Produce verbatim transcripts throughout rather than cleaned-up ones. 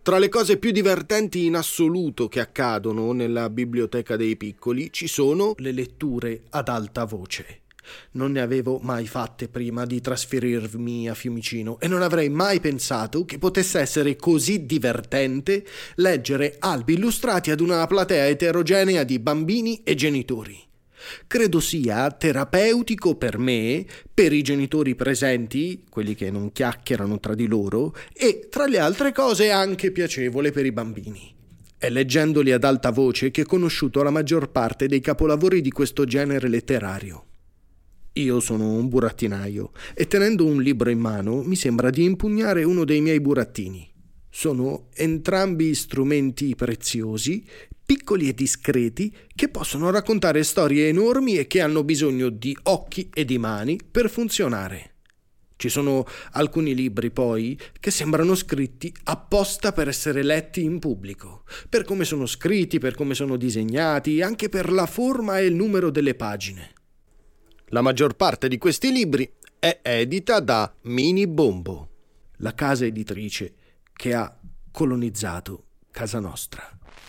Tra le cose più divertenti in assoluto che accadono nella biblioteca dei piccoli ci sono le letture ad alta voce. Non ne avevo mai fatte prima di trasferirmi a Fiumicino e non avrei mai pensato che potesse essere così divertente leggere albi illustrati ad una platea eterogenea di bambini e genitori. Credo sia terapeutico per me, per i genitori presenti, quelli che non chiacchierano tra di loro, e tra le altre cose anche piacevole per i bambini. È leggendoli ad alta voce che ho conosciuto la maggior parte dei capolavori di questo genere letterario. Io sono un burattinaio e tenendo un libro in mano mi sembra di impugnare uno dei miei burattini. Sono entrambi strumenti preziosi, piccoli e discreti, che possono raccontare storie enormi e che hanno bisogno di occhi e di mani per funzionare. Ci sono alcuni libri, poi, che sembrano scritti apposta per essere letti in pubblico, per come sono scritti, per come sono disegnati, anche per la forma e il numero delle pagine. La maggior parte di questi libri è edita da Mini Bombo, la casa editrice che ha colonizzato casa nostra.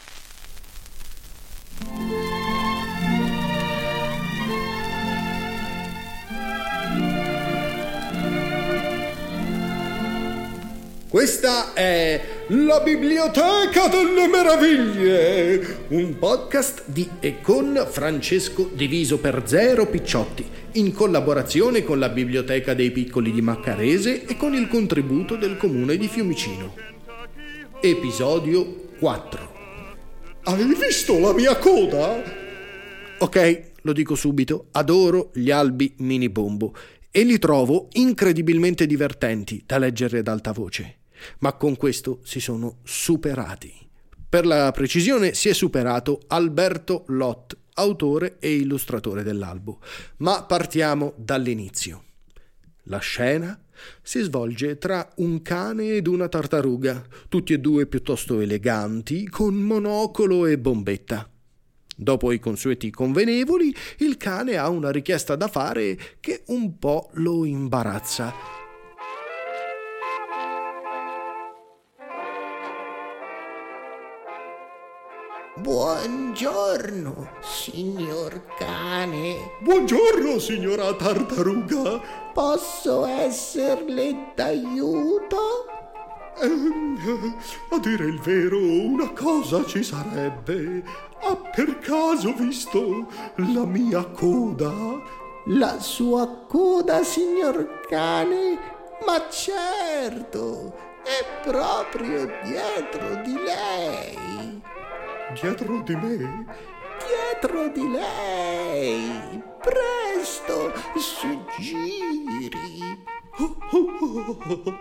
Questa è La Biblioteca delle Meraviglie, un podcast di e con Francesco Diviso per Zero Picciotti, in collaborazione con la Biblioteca dei Piccoli di Maccarese e con il contributo del Comune di Fiumicino. Episodio quattro. Hai visto la mia coda? Ok, lo dico subito, adoro gli albi Mini Bombo e li trovo incredibilmente divertenti da leggere ad alta voce. Ma con questo si sono superati. Per la precisione si è superato Alberto Lot, autore e illustratore dell'albo. Ma partiamo dall'inizio. La scena si svolge tra un cane ed una tartaruga, tutti e due piuttosto eleganti, con monocolo e bombetta. Dopo i consueti convenevoli, il cane ha una richiesta da fare che un po' lo imbarazza. Buongiorno, signor cane. Buongiorno, signora tartaruga. Posso esserle d'aiuto? Eh, a dire il vero, una cosa ci sarebbe. Ha per caso visto la mia coda? La sua coda, signor cane? Ma certo, è proprio dietro di lei. Dietro di me? Dietro di lei! Presto, si giri! Oh, oh, oh.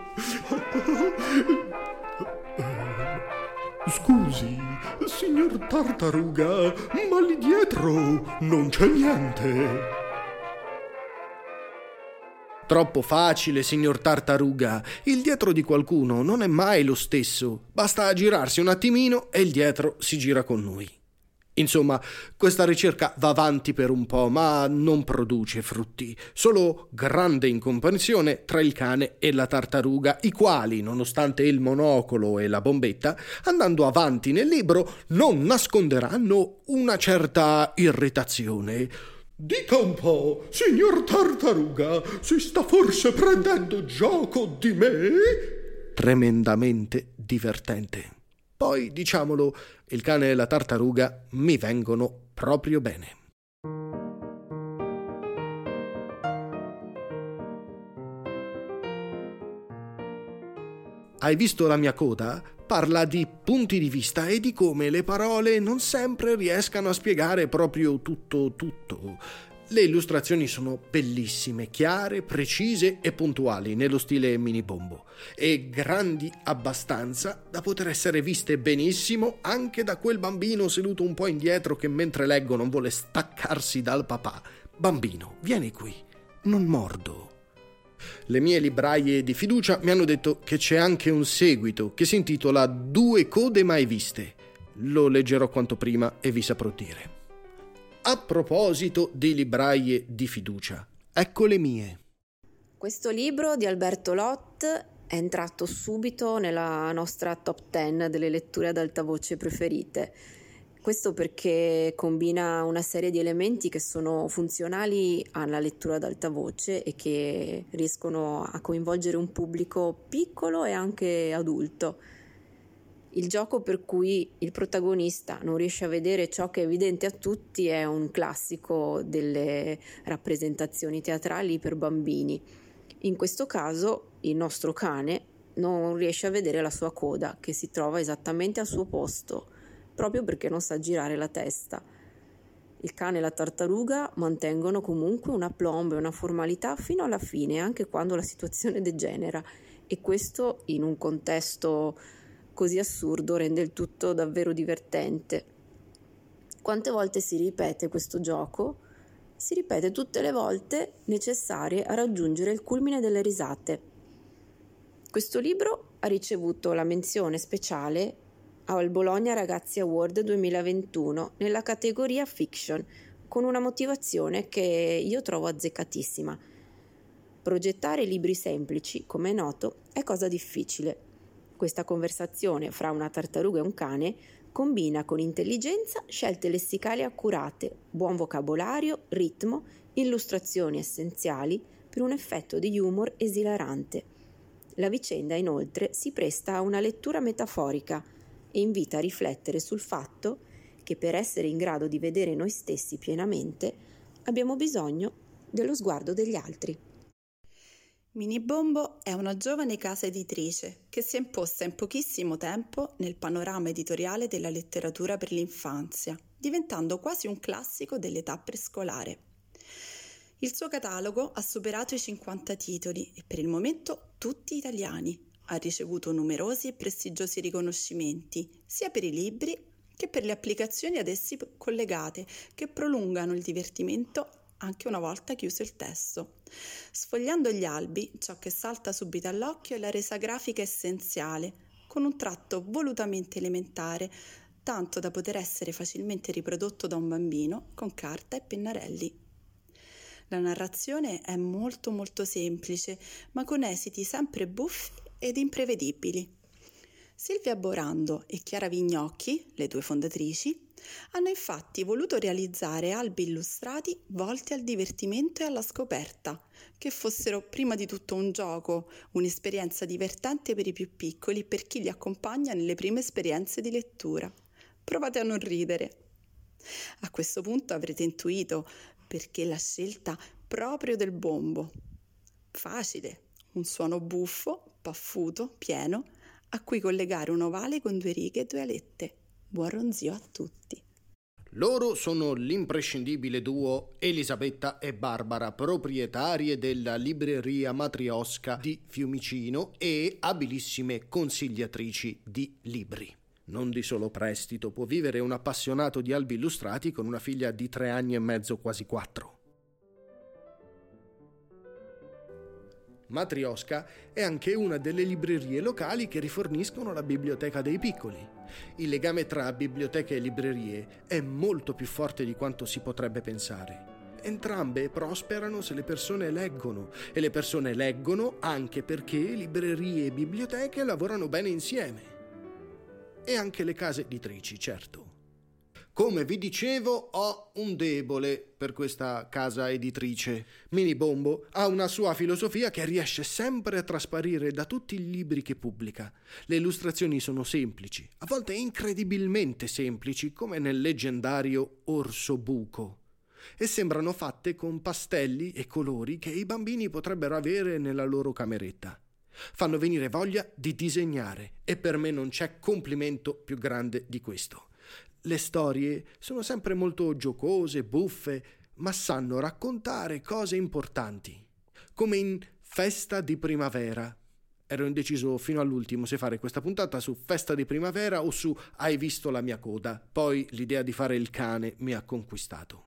Scusi, signor tartaruga, ma lì dietro non c'è niente. Troppo facile, signor tartaruga. Il dietro di qualcuno non è mai lo stesso. Basta girarsi un attimino e il dietro si gira con noi. Insomma, questa ricerca va avanti per un po', ma non produce frutti. Solo grande incomprensione tra il cane e la tartaruga, i quali, nonostante il monocolo e la bombetta, andando avanti nel libro, non nasconderanno una certa irritazione. Dica un po', signor tartaruga, si sta forse prendendo gioco di me? Tremendamente divertente. Poi, diciamolo, il cane e la tartaruga mi vengono proprio bene. Hai visto la mia coda? Parla di punti di vista e di come le parole non sempre riescano a spiegare proprio tutto tutto. Le illustrazioni sono bellissime, chiare, precise e puntuali nello stile Mini Bombo e grandi abbastanza da poter essere viste benissimo anche da quel bambino seduto un po' indietro che mentre leggo non vuole staccarsi dal papà. Bambino, vieni qui, non mordo. Le mie libraie di fiducia mi hanno detto che c'è anche un seguito che si intitola Due code mai viste. Lo leggerò quanto prima e vi saprò dire. A proposito di libraie di fiducia, ecco le mie. Questo libro di Alberto Lot è entrato subito nella nostra top dieci delle letture ad alta voce preferite. Questo perché combina una serie di elementi che sono funzionali alla lettura ad alta voce e che riescono a coinvolgere un pubblico piccolo e anche adulto. Il gioco per cui il protagonista non riesce a vedere ciò che è evidente a tutti è un classico delle rappresentazioni teatrali per bambini. In questo caso il nostro cane non riesce a vedere la sua coda, che si trova esattamente al suo posto, proprio perché non sa girare la testa. Il cane e la tartaruga mantengono comunque un aplomb e una formalità fino alla fine, anche quando la situazione degenera, e questo in un contesto così assurdo rende il tutto davvero divertente. Quante volte si ripete questo gioco? Si ripete tutte le volte necessarie a raggiungere il culmine delle risate. Questo libro ha ricevuto la menzione speciale al Bologna Ragazzi Award duemilaventuno nella categoria Fiction, con una motivazione che io trovo azzeccatissima. Progettare libri semplici, come è noto, è cosa difficile. Questa conversazione fra una tartaruga e un cane combina con intelligenza scelte lessicali accurate, buon vocabolario, ritmo, illustrazioni essenziali per un effetto di humor esilarante. La vicenda, inoltre, si presta a una lettura metaforica e invita a riflettere sul fatto che per essere in grado di vedere noi stessi pienamente abbiamo bisogno dello sguardo degli altri. Mini Bombo è una giovane casa editrice che si è imposta in pochissimo tempo nel panorama editoriale della letteratura per l'infanzia, diventando quasi un classico dell'età prescolare. Il suo catalogo ha superato i cinquanta titoli e per il momento tutti italiani. Ha ricevuto numerosi e prestigiosi riconoscimenti, sia per i libri che per le applicazioni ad essi collegate, che prolungano il divertimento anche una volta chiuso il testo. Sfogliando gli albi, ciò che salta subito all'occhio è la resa grafica essenziale, con un tratto volutamente elementare, tanto da poter essere facilmente riprodotto da un bambino con carta e pennarelli. La narrazione è molto molto semplice, ma con esiti sempre buffi ed imprevedibili. Silvia Borando e Chiara Vignocchi, le due fondatrici, hanno infatti voluto realizzare albi illustrati volti al divertimento e alla scoperta, che fossero prima di tutto un gioco, un'esperienza divertente per i più piccoli e per chi li accompagna nelle prime esperienze di lettura. Provate a non ridere. A questo punto avrete intuito perché la scelta proprio del bombo. Facile, un suono buffo, paffuto, pieno, a cui collegare un ovale con due righe e due alette. Buon ronzio a tutti. Loro sono l'imprescindibile duo Elisabetta e Barbara, proprietarie della libreria Matriosca di Fiumicino e abilissime consigliatrici di libri. Non di solo prestito può vivere un appassionato di albi illustrati con una figlia di tre anni e mezzo, quasi quattro. Matriosca è anche una delle librerie locali che riforniscono la biblioteca dei piccoli. Il legame tra biblioteche e librerie è molto più forte di quanto si potrebbe pensare. Entrambe prosperano se le persone leggono, e le persone leggono anche perché librerie e biblioteche lavorano bene insieme. E anche le case editrici, certo. Come vi dicevo, ho un debole per questa casa editrice. Mini Bombo ha una sua filosofia che riesce sempre a trasparire da tutti i libri che pubblica. Le illustrazioni sono semplici, a volte incredibilmente semplici, come nel leggendario Orso Buco, e sembrano fatte con pastelli e colori che i bambini potrebbero avere nella loro cameretta. Fanno venire voglia di disegnare e per me non c'è complimento più grande di questo. Le storie sono sempre molto giocose, buffe, ma sanno raccontare cose importanti. Come in Festa di Primavera. Ero indeciso fino all'ultimo se fare questa puntata su Festa di Primavera o su Hai visto la mia coda. Poi l'idea di fare il cane mi ha conquistato.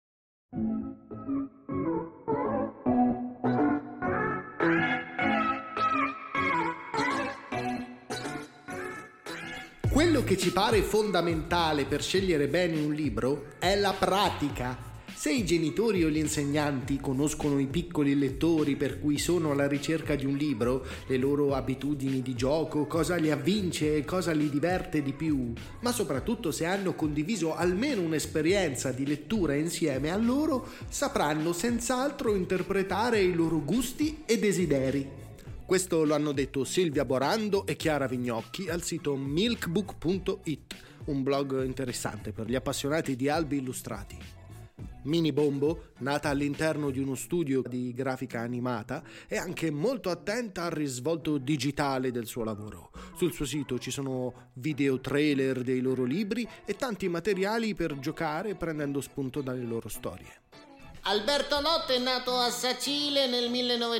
Quello che ci pare fondamentale per scegliere bene un libro è la pratica. Se i genitori o gli insegnanti conoscono i piccoli lettori per cui sono alla ricerca di un libro, le loro abitudini di gioco, cosa li avvince e cosa li diverte di più, ma soprattutto se hanno condiviso almeno un'esperienza di lettura insieme a loro, sapranno senz'altro interpretare i loro gusti e desideri. Questo lo hanno detto Silvia Borando e Chiara Vignocchi al sito milkbook punto it, un blog interessante per gli appassionati di albi illustrati. Mini Bombo, nata all'interno di uno studio di grafica animata, è anche molto attenta al risvolto digitale del suo lavoro. Sul suo sito ci sono video trailer dei loro libri e tanti materiali per giocare prendendo spunto dalle loro storie. Alberto Lot è nato a Sacile nel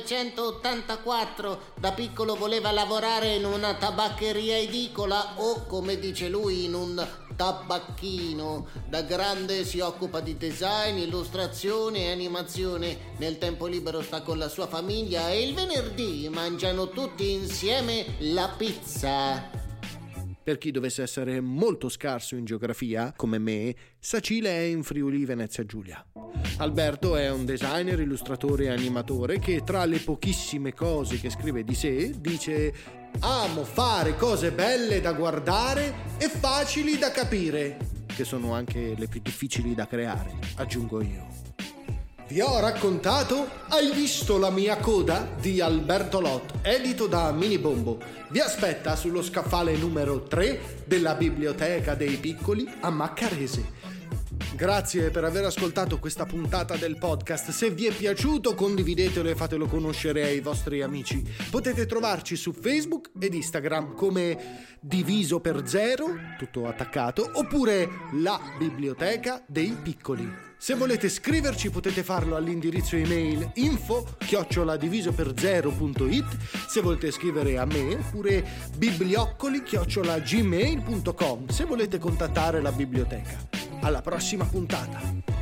millenovecentottantaquattro. Da piccolo voleva lavorare in una tabaccheria edicola o, come dice lui, in un tabacchino. Da grande si occupa di design, illustrazione e animazione. Nel tempo libero sta con la sua famiglia e il venerdì mangiano tutti insieme la pizza. Per chi dovesse essere molto scarso in geografia, come me, Sacile è in Friuli Venezia Giulia. Alberto è un designer, illustratore e animatore che tra le pochissime cose che scrive di sé dice: amo fare cose belle da guardare e facili da capire, che sono anche le più difficili da creare, aggiungo io. Vi ho raccontato Hai visto la mia coda? Di Alberto Lot, edito da Mini Bombo. Vi aspetta sullo scaffale numero tre della Biblioteca dei Piccoli a Maccarese. Grazie per aver ascoltato questa puntata del podcast. Se vi è piaciuto, condividetelo e fatelo conoscere ai vostri amici. Potete trovarci su Facebook ed Instagram come Diviso per Zero, tutto attaccato, oppure La Biblioteca dei Piccoli. Se volete scriverci potete farlo all'indirizzo email info chiocciola diviso per zero punto it. Se volete scrivere a me, oppure biblioccoli chiocciola gmail punto com se volete contattare la biblioteca. Alla prossima puntata!